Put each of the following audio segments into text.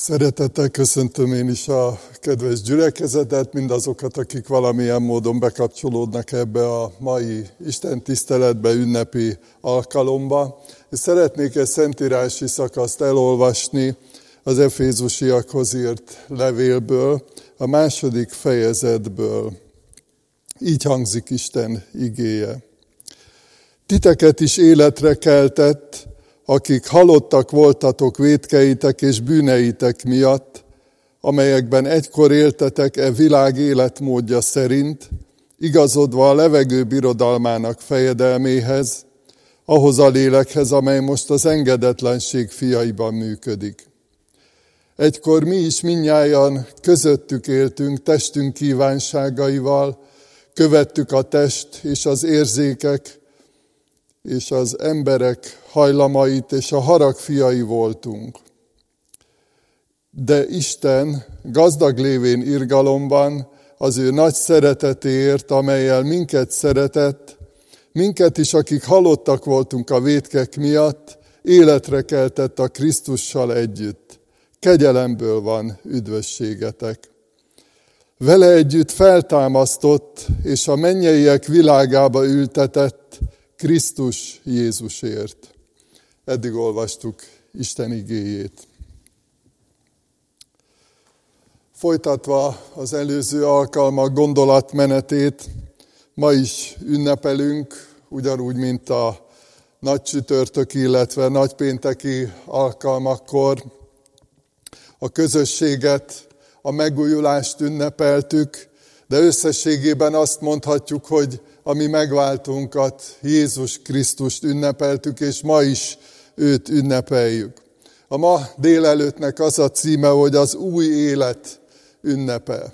Szeretettel köszöntöm én is a kedves gyülekezetet, mindazokat, akik valamilyen módon bekapcsolódnak ebbe a mai Isten tiszteletbe, ünnepi alkalomba. És szeretnék egy szentírási szakaszt elolvasni az Efézusiakhoz írt levélből, a 2. fejezetből. Így hangzik Isten igéje. Titeket is életre keltett, akik halottak voltatok vétkeitek és bűneitek miatt, amelyekben egykor éltetek e világ életmódja szerint, igazodva a levegő birodalmának fejedelméhez, ahhoz a lélekhez, amely most az engedetlenség fiaiban működik. Egykor mi is mindnyájan közöttük éltünk testünk kívánságaival, követtük a test és az érzékek, és az emberek hajlamait, és a harag fiai voltunk. De Isten gazdag lévén irgalomban, az ő nagy szeretetéért, amellyel minket szeretett, minket is, akik halottak voltunk a vétkek miatt, életre keltett a Krisztussal együtt. Kegyelemből van üdvösségetek. Vele együtt feltámasztott, és a mennyeiek világába ültetett Krisztus Jézusért. Eddig olvastuk Isten igéjét. Folytatva az előző alkalmak gondolatmenetét, ma is ünnepelünk, ugyanúgy, mint a nagy csütörtök, illetve nagypénteki alkalmakkor. A közösséget, a megújulást ünnepeltük, de összességében azt mondhatjuk, hogy a mi megváltunkat, Jézus Krisztust ünnepeltük, és ma is őt ünnepeljük. A ma délelőttnek az a címe, hogy az új élet ünnepe.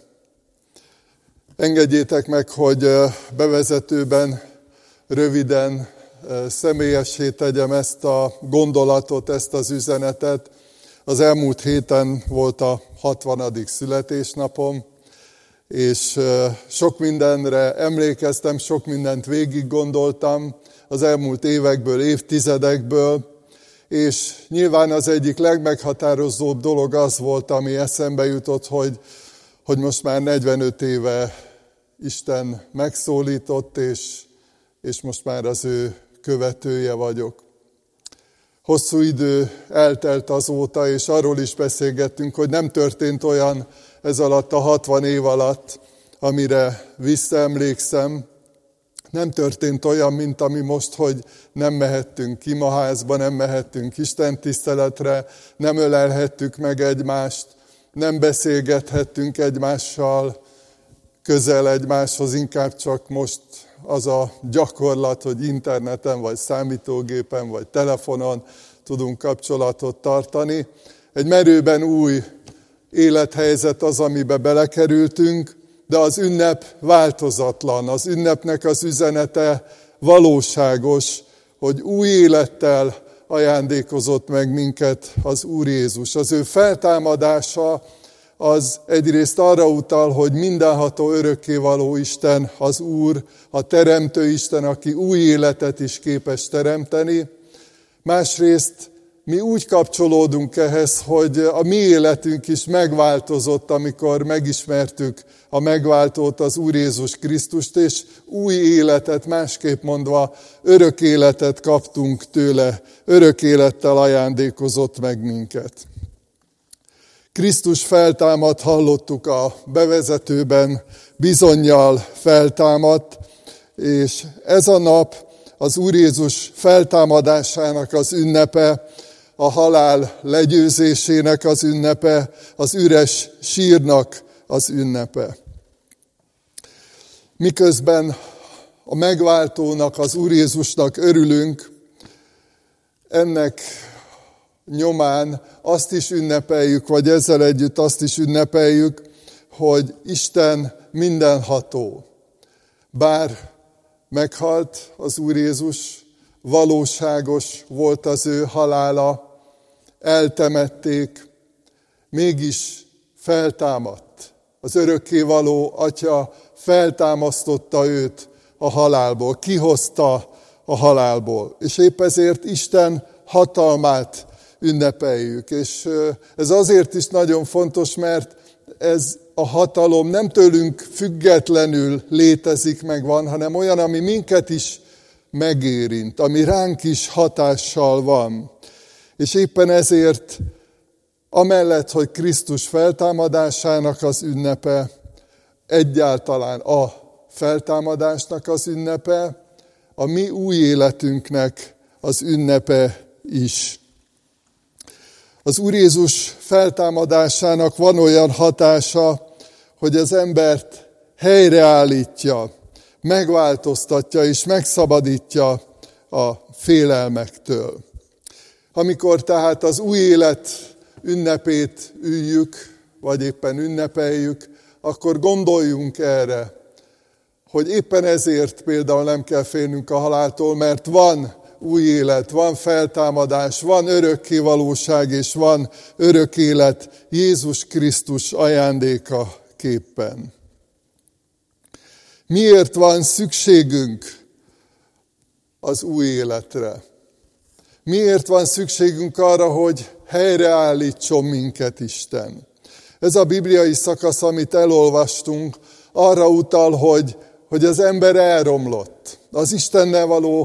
Engedjétek meg, hogy bevezetőben röviden személyessé tegyem ezt a gondolatot, ezt az üzenetet. Az elmúlt héten volt a 60. születésnapom, és sok mindenre emlékeztem, sok mindent végig gondoltam az elmúlt évekből, évtizedekből, és nyilván az egyik legmeghatározóbb dolog az volt, ami eszembe jutott, hogy most már 45 éve Isten megszólított, és most már az ő követője vagyok. Hosszú idő eltelt azóta, és arról is beszélgettünk, hogy nem történt olyan ez alatt a 60 év alatt, amire visszaemlékszem. Nem történt olyan, mint ami most, hogy nem mehettünk imaházba, nem mehettünk istentiszteletre, nem ölelhettük meg egymást, nem beszélgethettünk egymással közel egymáshoz, inkább csak most az a gyakorlat, hogy interneten, vagy számítógépen, vagy telefonon tudunk kapcsolatot tartani. Egy merőben új élethelyzet az, amibe belekerültünk, de az ünnep változatlan. Az ünnepnek az üzenete valóságos, hogy új élettel ajándékozott meg minket az Úr Jézus. Az ő feltámadása az egyrészt arra utal, hogy mindenható örökkévaló Isten az Úr, a teremtő Isten, aki új életet is képes teremteni. Másrészt mi úgy kapcsolódunk ehhez, hogy a mi életünk is megváltozott, amikor megismertük a megváltót, az Úr Jézus Krisztust, és új életet, másképp mondva, örök életet kaptunk tőle, örök élettel ajándékozott meg minket. Krisztus feltámadt, hallottuk a bevezetőben, bizonnyal feltámadt, és ez a nap az Úr Jézus feltámadásának az ünnepe, a halál legyőzésének az ünnepe, az üres sírnak az ünnepe. Miközben a megváltónak, az Úr Jézusnak örülünk, ennek nyomán azt is ünnepeljük, vagy ezzel együtt azt is ünnepeljük, hogy Isten mindenható. Bár meghalt az Úr Jézus, valóságos volt az ő halála, eltemették, mégis feltámadt. Az örökkévaló Atya feltámasztotta őt a halálból, kihozta a halálból. És épp ezért Isten hatalmát ünnepeljük. És ez azért is nagyon fontos, mert ez a hatalom nem tőlünk függetlenül létezik, meg van, hanem olyan, ami minket is megérint, ami ránk is hatással van. És éppen ezért, amellett, hogy Krisztus feltámadásának az ünnepe, egyáltalán a feltámadásnak az ünnepe, a mi új életünknek az ünnepe is. Az Úr Jézus feltámadásának van olyan hatása, hogy az embert helyreállítja, megváltoztatja és megszabadítja a félelmektől. Amikor tehát az új élet ünnepét üljük, vagy éppen ünnepeljük, akkor gondoljunk erre, hogy éppen ezért például nem kell félnünk a haláltól, mert van új élet, van feltámadás, van örökkévalóság és van örök élet Jézus Krisztus ajándéka képpen. Miért van szükségünk az új életre? Miért van szükségünk arra, hogy helyreállítson minket Isten? Ez a bibliai szakasz, amit elolvastunk, arra utal, hogy az ember elromlott. Az Istennel való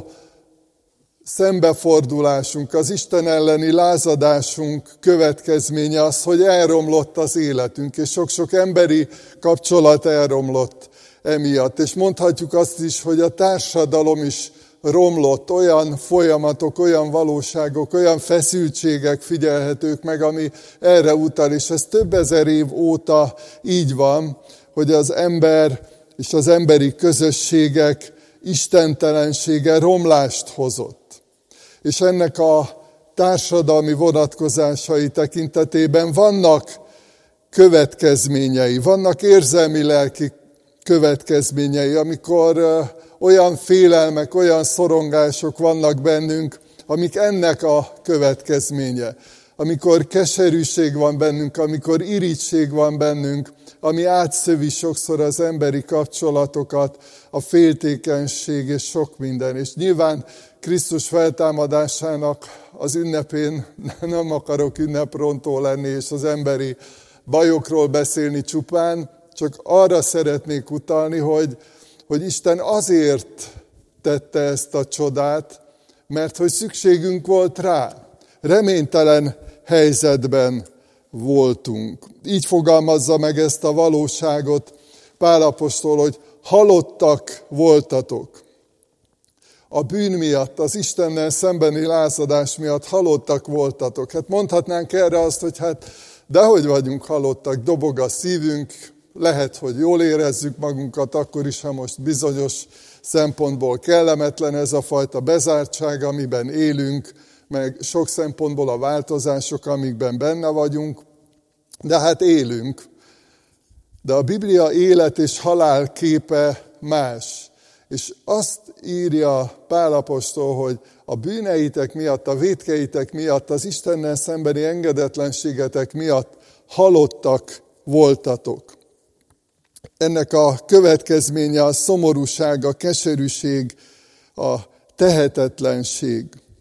szembefordulásunk, az Isten elleni lázadásunk következménye az, hogy elromlott az életünk, és sok-sok emberi kapcsolat elromlott emiatt. És mondhatjuk azt is, hogy a társadalom is romlott, olyan folyamatok, olyan valóságok, olyan feszültségek figyelhetők meg, ami erre utal, és ez több ezer év óta így van, hogy az ember és az emberi közösségek istentelensége romlást hozott. És ennek a társadalmi vonatkozásai tekintetében vannak következményei, vannak érzelmi-lelki következményei, amikor olyan félelmek, olyan szorongások vannak bennünk, amik ennek a következménye. Amikor keserűség van bennünk, amikor irigység van bennünk, ami átszövi sokszor az emberi kapcsolatokat, a féltékenység és sok minden. És nyilván Krisztus feltámadásának az ünnepén nem akarok ünneprontó lenni, és az emberi bajokról beszélni csupán, csak arra szeretnék utalni, hogy Isten azért tette ezt a csodát, mert hogy szükségünk volt rá. Reménytelen helyzetben voltunk. Így fogalmazza meg ezt a valóságot Pál apostol, hogy halottak voltatok. A bűn miatt, az Istennel szembeni lázadás miatt halottak voltatok. Hát mondhatnánk erre azt, hogy dehogy vagyunk halottak, dobog a szívünk, lehet, hogy jól érezzük magunkat, akkor is, ha most bizonyos szempontból kellemetlen ez a fajta bezártság, amiben élünk, meg sok szempontból a változások, amikben benne vagyunk, de hát élünk. De a Biblia élet és halál képe más. És azt írja Pál apostol, hogy a bűneitek miatt, a vétkeitek miatt, az Istennel szembeni engedetlenségetek miatt halottak voltatok. Ennek a következménye a szomorúság, a keserűség, a tehetetlenség.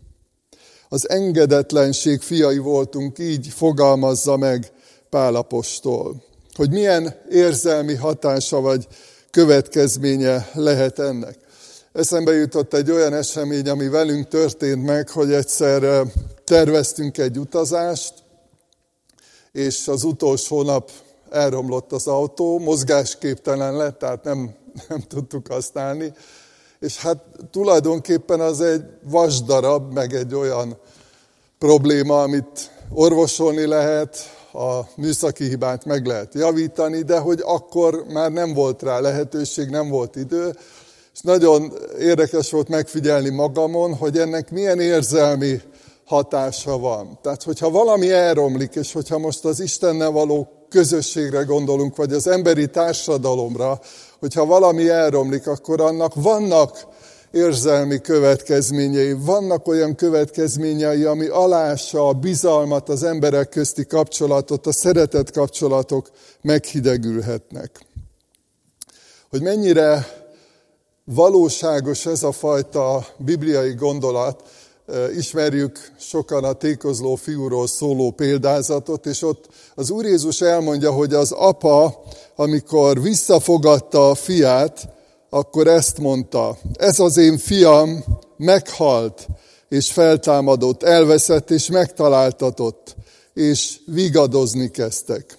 Az engedetlenség fiai voltunk, így fogalmazza meg Pál apostol. Hogy milyen érzelmi hatása vagy következménye lehet ennek. Eszembe jutott egy olyan esemény, ami velünk történt meg, hogy egyszer terveztünk egy utazást, és az utolsó nap elromlott az autó, mozgásképtelen lett, tehát nem tudtuk használni. És hát tulajdonképpen az egy vasdarab, meg egy olyan probléma, amit orvosolni lehet, a műszaki hibát meg lehet javítani, de hogy akkor már nem volt rá lehetőség, nem volt idő, és nagyon érdekes volt megfigyelni magamon, hogy ennek milyen érzelmi hatása van. Tehát, hogyha valami elromlik, és hogyha most az Istennel való közösségre gondolunk, vagy az emberi társadalomra, hogyha valami elromlik, akkor annak vannak érzelmi következményei, vannak olyan következményei, ami alássa a bizalmat, az emberek közti kapcsolatot, a szeretet kapcsolatok meghidegülhetnek. Hogy mennyire valóságos ez a fajta bibliai gondolat, ismerjük sokan a tékozló fiúról szóló példázatot, és ott az Úr Jézus elmondja, hogy az apa, amikor visszafogadta a fiát, akkor ezt mondta: ez az én fiam meghalt, és feltámadott, elveszett, és megtaláltatott, és vigadozni kezdtek.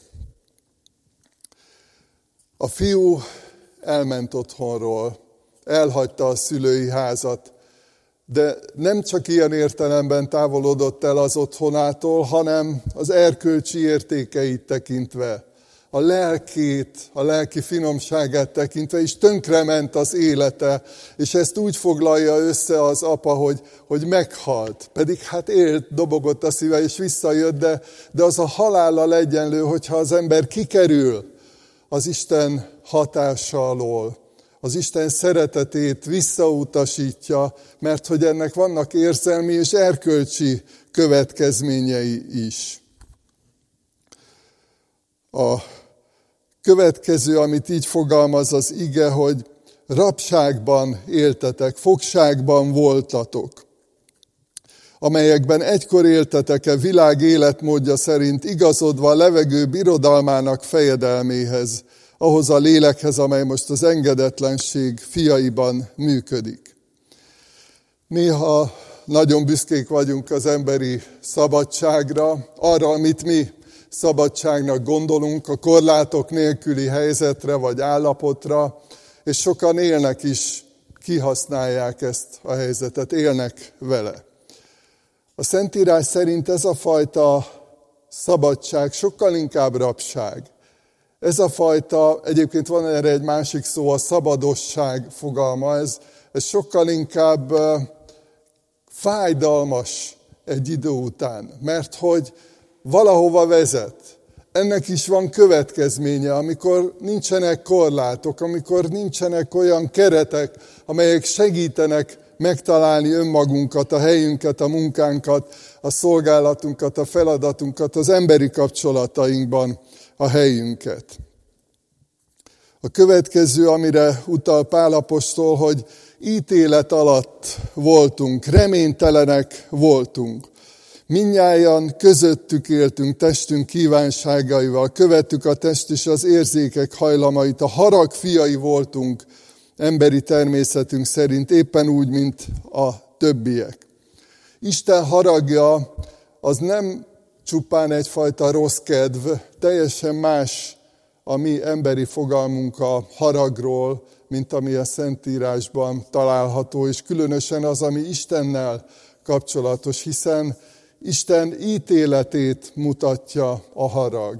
A fiú elment otthonról, elhagyta a szülői házat, de nem csak ilyen értelemben távolodott el az otthonától, hanem az erkölcsi értékeit tekintve, a lelkét, a lelki finomságát tekintve is tönkrement az élete, és ezt úgy foglalja össze az apa, hogy meghalt. Pedig hát élt, dobogott a szíve, és visszajött, de az a halállal egyenlő, hogyha az ember kikerül az Isten hatása alól, az Isten szeretetét visszautasítja, mert hogy ennek vannak érzelmi és erkölcsi következményei is. A következő, amit így fogalmaz az ige, hogy rabságban éltetek, fogságban voltatok, amelyekben egykor éltetek világ életmódja szerint, igazodva a levegő birodalmának fejedelméhez, ahhoz a lélekhez, amely most az engedetlenség fiaiban működik. Néha nagyon büszkék vagyunk az emberi szabadságra, arra, amit mi szabadságnak gondolunk, a korlátok nélküli helyzetre vagy állapotra, és sokan élnek is, kihasználják ezt a helyzetet, élnek vele. A Szentírás szerint ez a fajta szabadság sokkal inkább rabság. Ez a fajta, egyébként van erre egy másik szó, a szabadosság fogalma, ez sokkal inkább fájdalmas egy idő után, mert hogy valahova vezet. Ennek is van következménye, amikor nincsenek korlátok, amikor nincsenek olyan keretek, amelyek segítenek megtalálni önmagunkat, a helyünket, a munkánkat, a szolgálatunkat, a feladatunkat, az emberi kapcsolatainkban a helyünket. A következő, amire utal Pál apostol, hogy ítélet alatt voltunk, reménytelenek voltunk. Mindnyájan közöttük éltünk testünk kívánságaival, követtük a test és az érzékek hajlamait, a harag fiai voltunk emberi természetünk szerint, éppen úgy, mint a többiek. Isten haragja az nem csupán egyfajta rossz kedv, teljesen más a mi emberi fogalmunk a haragról, mint ami a Szentírásban található, és különösen az, ami Istennel kapcsolatos, hiszen Isten ítéletét mutatja a harag.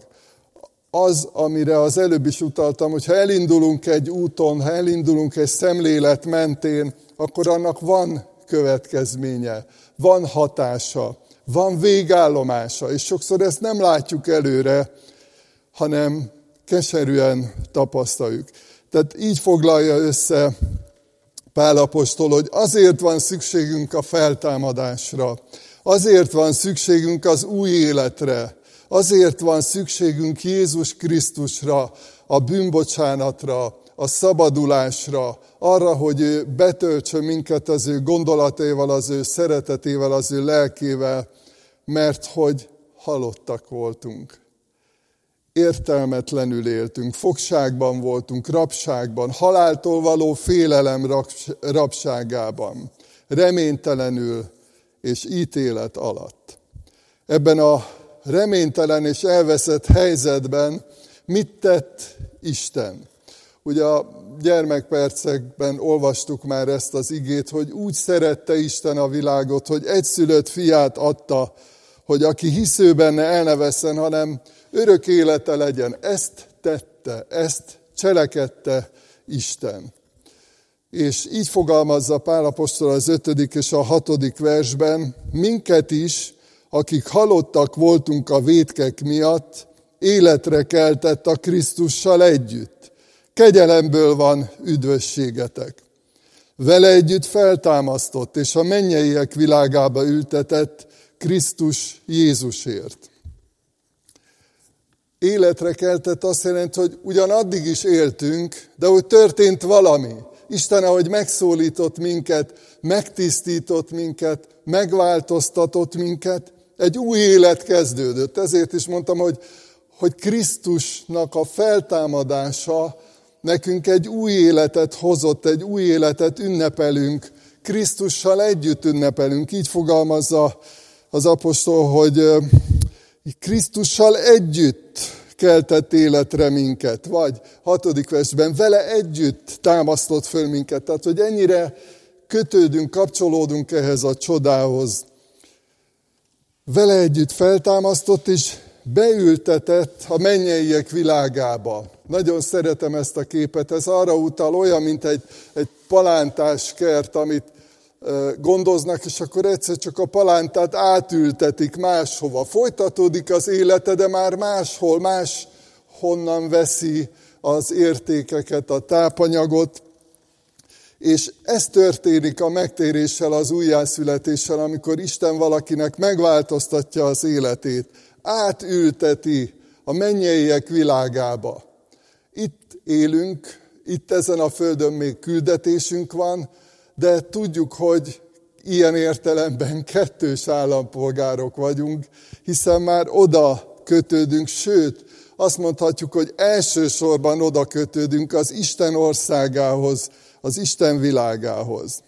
Az, amire az előbb is utaltam, hogy ha elindulunk egy úton, ha elindulunk egy szemlélet mentén, akkor annak van következménye, van hatása, van végállomása, és sokszor ezt nem látjuk előre, hanem keserűen tapasztaljuk. Tehát így foglalja össze Pál apostol, hogy azért van szükségünk a feltámadásra, azért van szükségünk az új életre, azért van szükségünk Jézus Krisztusra, a bűnbocsánatra, a szabadulásra, arra, hogy ő betöltsön minket az ő gondolataival, az ő szeretetével, az ő lelkével, mert hogy halottak voltunk. Értelmetlenül éltünk, fogságban voltunk, rabságban, haláltól való félelem rabságában, reménytelenül és ítélet alatt. Ebben a reménytelen és elveszett helyzetben mit tett Isten? Ugye a gyermekpercekben olvastuk már ezt az igét, hogy úgy szerette Isten a világot, hogy egyszülött fiát adta, hogy aki hisző benne el ne vesszen, hanem örök élete legyen. Ezt tette, ezt cselekedte Isten. És így fogalmazza Pál apostol az 5. és a 6. versben, minket is, akik halottak voltunk a vétkek miatt, életre keltett a Krisztussal együtt. Kegyelemből van üdvösségetek. Vele együtt feltámasztott, és a mennyeiek világába ültetett Krisztus Jézusért. Életre keltett azt jelenti, hogy ugyan addig is éltünk, de hogy történt valami. Isten, ahogy megszólított minket, megtisztított minket, megváltoztatott minket, egy új élet kezdődött. Ezért is mondtam, hogy Krisztusnak a feltámadása nekünk egy új életet hozott, egy új életet ünnepelünk, Krisztussal együtt ünnepelünk. Így fogalmazza az apostol, hogy Krisztussal együtt keltett életre minket, vagy 6. versben, vele együtt támasztott föl minket. Tehát, hogy ennyire kötődünk, kapcsolódunk ehhez a csodához. Vele együtt feltámasztott, és beültetett a mennyeiek világába. Nagyon szeretem ezt a képet, ez arra utal, olyan, mint egy palántás kert, amit gondoznak, és akkor egyszer csak a palántát átültetik máshova. Folytatódik az élete, de már máshonnan veszi az értékeket, a tápanyagot. És ez történik a megtéréssel, az újjászületéssel, amikor Isten valakinek megváltoztatja az életét. Átülteti a mennyeiek világába. Itt élünk, itt ezen a földön még küldetésünk van, de tudjuk, hogy ilyen értelemben kettős állampolgárok vagyunk, hiszen már oda kötődünk, sőt, azt mondhatjuk, hogy elsősorban oda kötődünk az Isten országához, az Isten világához.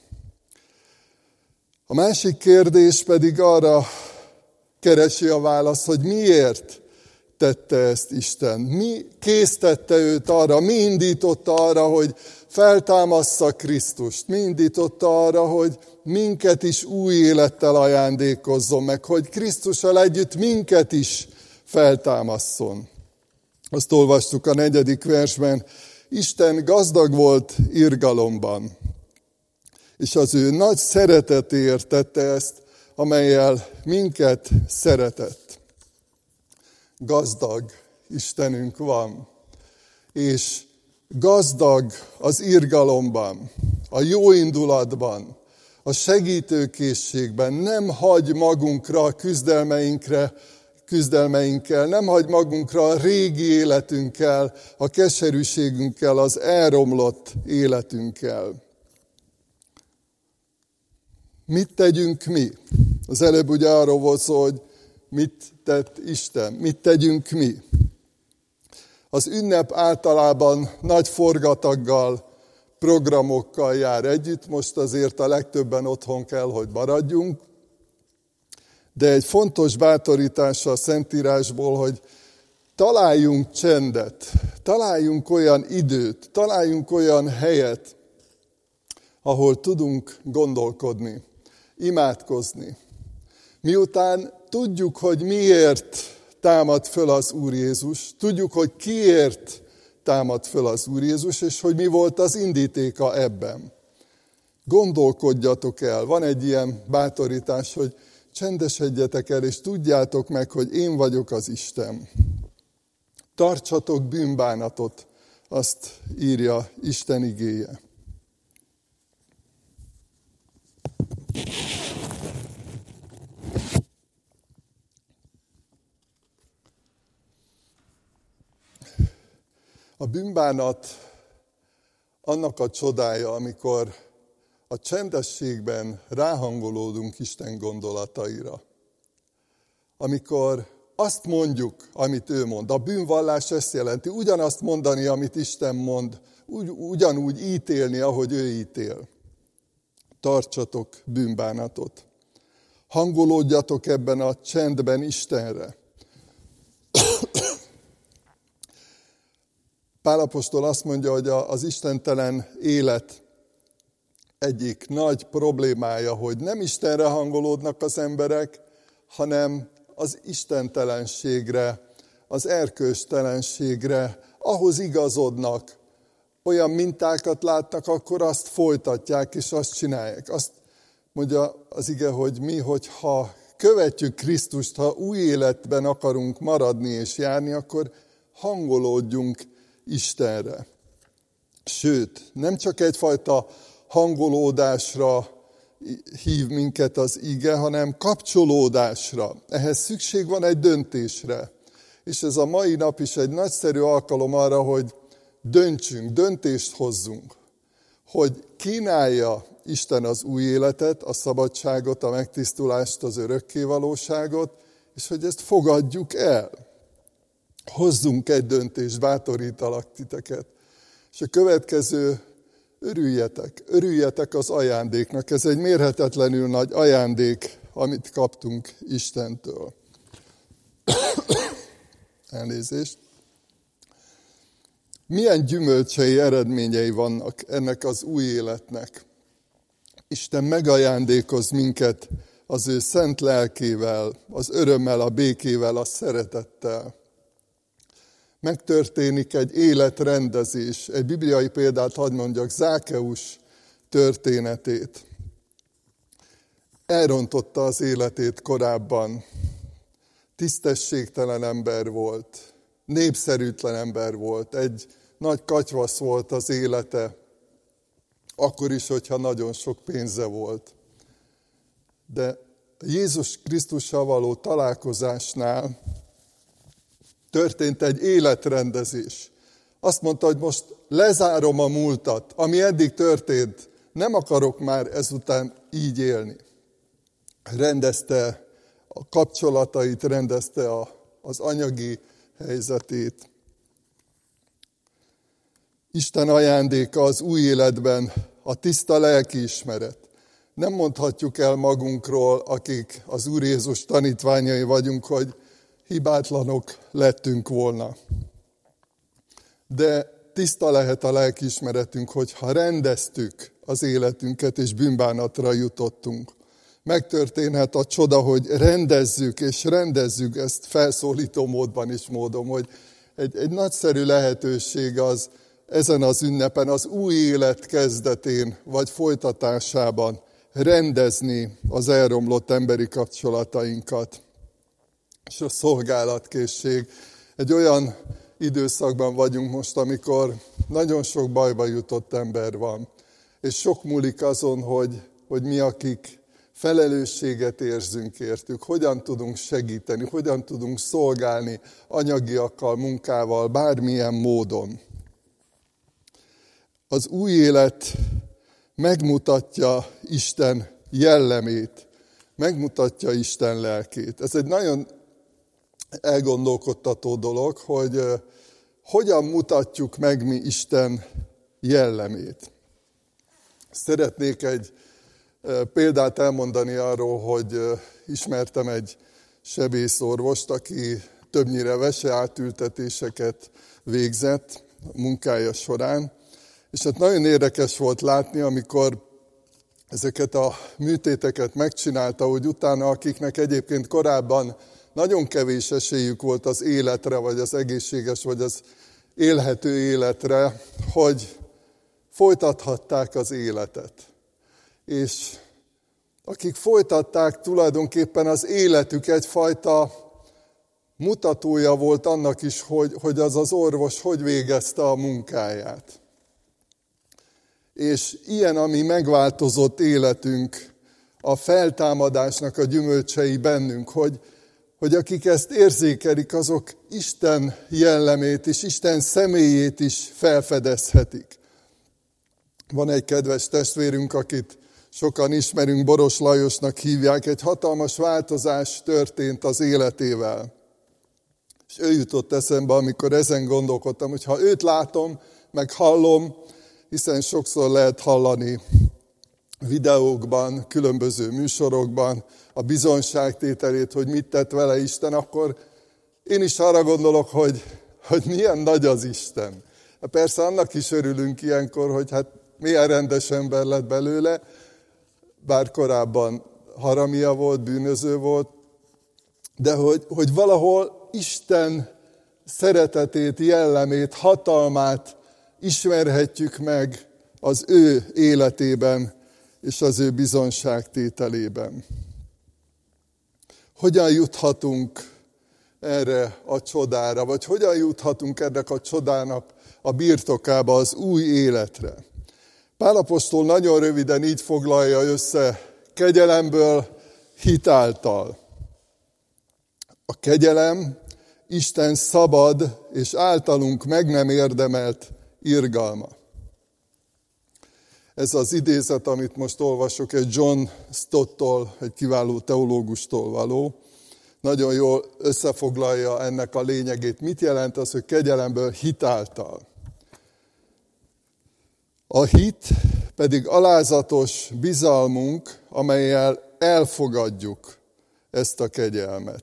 A másik kérdés pedig arra keresi a választ, hogy miért tette ezt Isten. Mi késztette őt arra, mi indította arra, hogy feltámassza Krisztust. Mi indította arra, hogy minket is új élettel ajándékozzon meg, hogy Krisztussal együtt minket is feltámasszon. Azt olvastuk a 4. versben, Isten gazdag volt irgalomban, és az ő nagy szeretetéért tette ezt, amellyel minket szeretett. Gazdag Istenünk van, és gazdag az irgalomban, a jóindulatban, a segítőkészségben, nem hagy magunkra a küzdelmeinkkel, nem hagy magunkra a régi életünkkel, a keserűségünkkel, az elromlott életünkkel. Mit tegyünk mi? Az előbb ugye arról volt szó, hogy mit tett Isten, mit tegyünk mi? Az ünnep általában nagy forgataggal, programokkal jár együtt, most azért a legtöbben otthon kell, hogy maradjunk, de egy fontos bátorítása a Szentírásból, hogy találjunk csendet, találjunk olyan időt, találjunk olyan helyet, ahol tudunk gondolkodni, imádkozni. Miután tudjuk, hogy miért támad föl az Úr Jézus, tudjuk, hogy kiért támad föl az Úr Jézus, és hogy mi volt az indítéka ebben. Gondolkodjatok el, van egy ilyen bátorítás, hogy csendesedjetek el, és tudjátok meg, hogy én vagyok az Isten. Tartsatok bűnbánatot, azt írja Isten igéje. A bűnbánat annak a csodája, amikor a csendességben ráhangolódunk Isten gondolataira. Amikor azt mondjuk, amit ő mond. A bűnvallás ezt jelenti, ugyanazt mondani, amit Isten mond, ugyanúgy ítélni, ahogy ő ítél. Tartsatok bűnbánatot. Hangolódjatok ebben a csendben Istenre. Pál apostol azt mondja, hogy az istentelen élet egyik nagy problémája, hogy nem Istenre hangolódnak az emberek, hanem az istentelenségre, az erkölcstelenségre, ahhoz igazodnak. Olyan mintákat látnak, akkor azt folytatják, és azt csinálják. Azt mondja az ige, hogy mi, hogyha követjük Krisztust, ha új életben akarunk maradni és járni, akkor hangolódjunk Istenre. Sőt, nem csak egyfajta hangolódásra hív minket az ige, hanem kapcsolódásra. Ehhez szükség van egy döntésre. És ez a mai nap is egy nagyszerű alkalom arra, hogy döntsünk, döntést hozzunk. hogy kínálja Isten az új életet, a szabadságot, a megtisztulást, az örökkévalóságot, és hogy ezt fogadjuk el. Hozzunk egy döntést, bátorítalak titeket. És a következő, örüljetek az ajándéknak. Ez egy mérhetetlenül nagy ajándék, amit kaptunk Istentől. Elnézést. Milyen gyümölcsei, eredményei vannak ennek az új életnek? Isten megajándékoz minket az ő szent lelkével, az örömmel, a békével, a szeretettel. Megtörténik egy életrendezés. Egy bibliai példát hadd mondjak, Zákeus történetét. Elrontotta az életét korábban. Tisztességtelen ember volt, népszerűtlen ember volt, egy nagy katyvasz volt az élete, akkor is, hogyha nagyon sok pénze volt. De Jézus Krisztussal való találkozásnál történt egy életrendezés. Azt mondta, hogy most lezárom a múltat, ami eddig történt, nem akarok már ezután így élni. Rendezte a kapcsolatait, rendezte az anyagi helyzetét. Isten ajándéka az új életben a tiszta lelkiismeret. Nem mondhatjuk el magunkról, akik az Úr Jézus tanítványai vagyunk, hogy hibátlanok lettünk volna. De tiszta lehet a lelkiismeretünk, hogyha rendeztük az életünket, és bűnbánatra jutottunk. Megtörténhet a csoda, hogy rendezzük, és rendezzük ezt felszólító módban is módon, hogy egy nagyszerű lehetőség az ezen az ünnepen, az új élet kezdetén, vagy folytatásában rendezni az elromlott emberi kapcsolatainkat. És a szolgálatkészség. Egy olyan időszakban vagyunk most, amikor nagyon sok bajba jutott ember van. És sok múlik azon, hogy mi, akik felelősséget érzünk értük, hogyan tudunk segíteni, hogyan tudunk szolgálni anyagiakkal, munkával, bármilyen módon. Az új élet megmutatja Isten jellemét, megmutatja Isten lelkét. Ez egy nagyon elgondolkodtató dolog, hogy hogyan mutatjuk meg mi Isten jellemét. Szeretnék egy példát elmondani arról, hogy ismertem egy sebészorvost, aki többnyire veseátültetéseket végzett munkája során, és hát nagyon érdekes volt látni, amikor ezeket a műtéteket megcsinálta, hogy utána, akiknek egyébként korábban nagyon kevés esélyük volt az életre, vagy az egészséges, vagy az élhető életre, hogy folytathatták az életet. És akik folytatták, tulajdonképpen az életük egyfajta mutatója volt annak is, hogy az orvos hogy végezte a munkáját. És ilyen, ami megváltozott életünk, a feltámadásnak a gyümölcsei bennünk, hogy akik ezt érzékelik, azok Isten jellemét és Isten személyét is felfedezhetik. Van egy kedves testvérünk, akit sokan ismerünk, Boros Lajosnak hívják, egy hatalmas változás történt az életével. És ő jutott eszembe, amikor ezen gondolkodtam, hogy ha őt látom, meg hallom, hiszen sokszor lehet hallani videókban, különböző műsorokban a bizonyságtételét, hogy mit tett vele Isten, akkor én is arra gondolok, hogy milyen nagy az Isten. Persze annak is örülünk ilyenkor, hogy hát milyen rendes ember lett belőle, bár korábban haramia volt, bűnöző volt, de hogy valahol Isten szeretetét, jellemét, hatalmát ismerhetjük meg az ő életében és az ő bizonságtételében. Hogyan juthatunk erre a csodára, vagy hogyan juthatunk ennek a csodának a birtokába, az új életre? Pál apostol nagyon röviden így foglalja össze: kegyelemből, hit által. A kegyelem Isten szabad és általunk meg nem érdemelt irgalma. Ez az idézet, amit most olvasok, egy John Stotttól, egy kiváló teológustól való. Nagyon jól összefoglalja ennek a lényegét. Mit jelent az, hogy kegyelemből hitáltal? A hit pedig alázatos bizalmunk, amellyel elfogadjuk ezt a kegyelmet.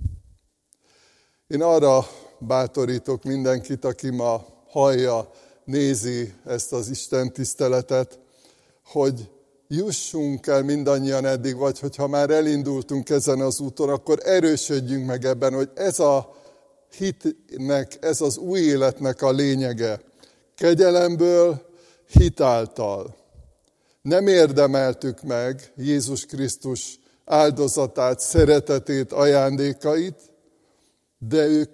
Én arra bátorítok mindenkit, aki ma hallja, nézi ezt az Isten tiszteletet, hogy jussunk el mindannyian eddig, vagy hogyha már elindultunk ezen az úton, akkor erősödjünk meg ebben, hogy ez a hitnek, ez az új életnek a lényege. Kegyelemből, hitáltal. Nem érdemeltük meg Jézus Krisztus áldozatát, szeretetét, ajándékait, de ő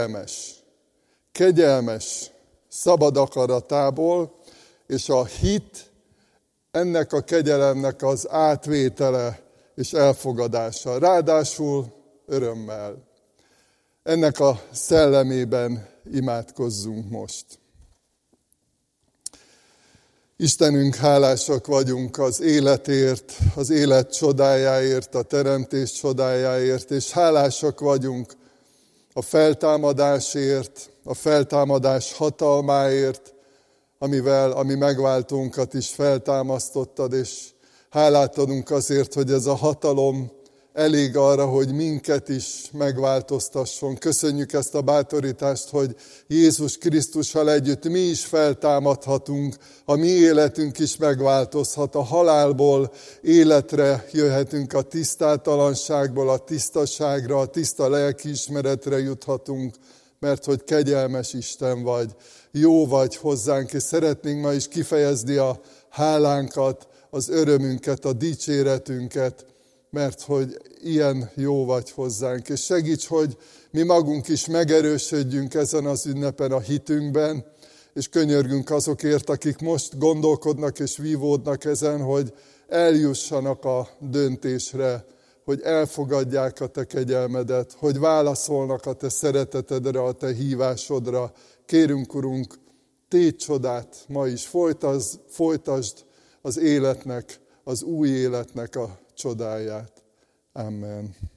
kegyelmes, szabad akaratából, és a hit ennek a kegyelemnek az átvétele és elfogadása. Ráadásul örömmel. Ennek a szellemében imádkozzunk most. Istenünk, hálásak vagyunk az életért, az élet csodájáért, a teremtés csodájáért, és hálásak vagyunk a feltámadásért, a feltámadás hatalmáért, amivel a mi megváltónkat is feltámasztottad, és hálát adunk azért, hogy ez a hatalom elég arra, hogy minket is megváltoztasson. Köszönjük ezt a bátorítást, hogy Jézus Krisztussal együtt mi is feltámadhatunk, a mi életünk is megváltozhat, a halálból életre jöhetünk, a tisztátalanságból a tisztaságra, a tiszta lelkiismeretre juthatunk, mert hogy kegyelmes Isten vagy, jó vagy hozzánk, és szeretnénk ma is kifejezni a hálánkat, az örömünket, a dicséretünket, mert hogy ilyen jó vagy hozzánk. És segíts, hogy mi magunk is megerősödjünk ezen az ünnepen a hitünkben, és könyörgünk azokért, akik most gondolkodnak és vívódnak ezen, hogy eljussanak a döntésre, hogy elfogadják a te kegyelmedet, hogy válaszolnak a te szeretetedre, a te hívásodra. Kérünk, Urunk, tégy csodát ma is, folytasd az életnek, az új életnek a csodáját. Amen.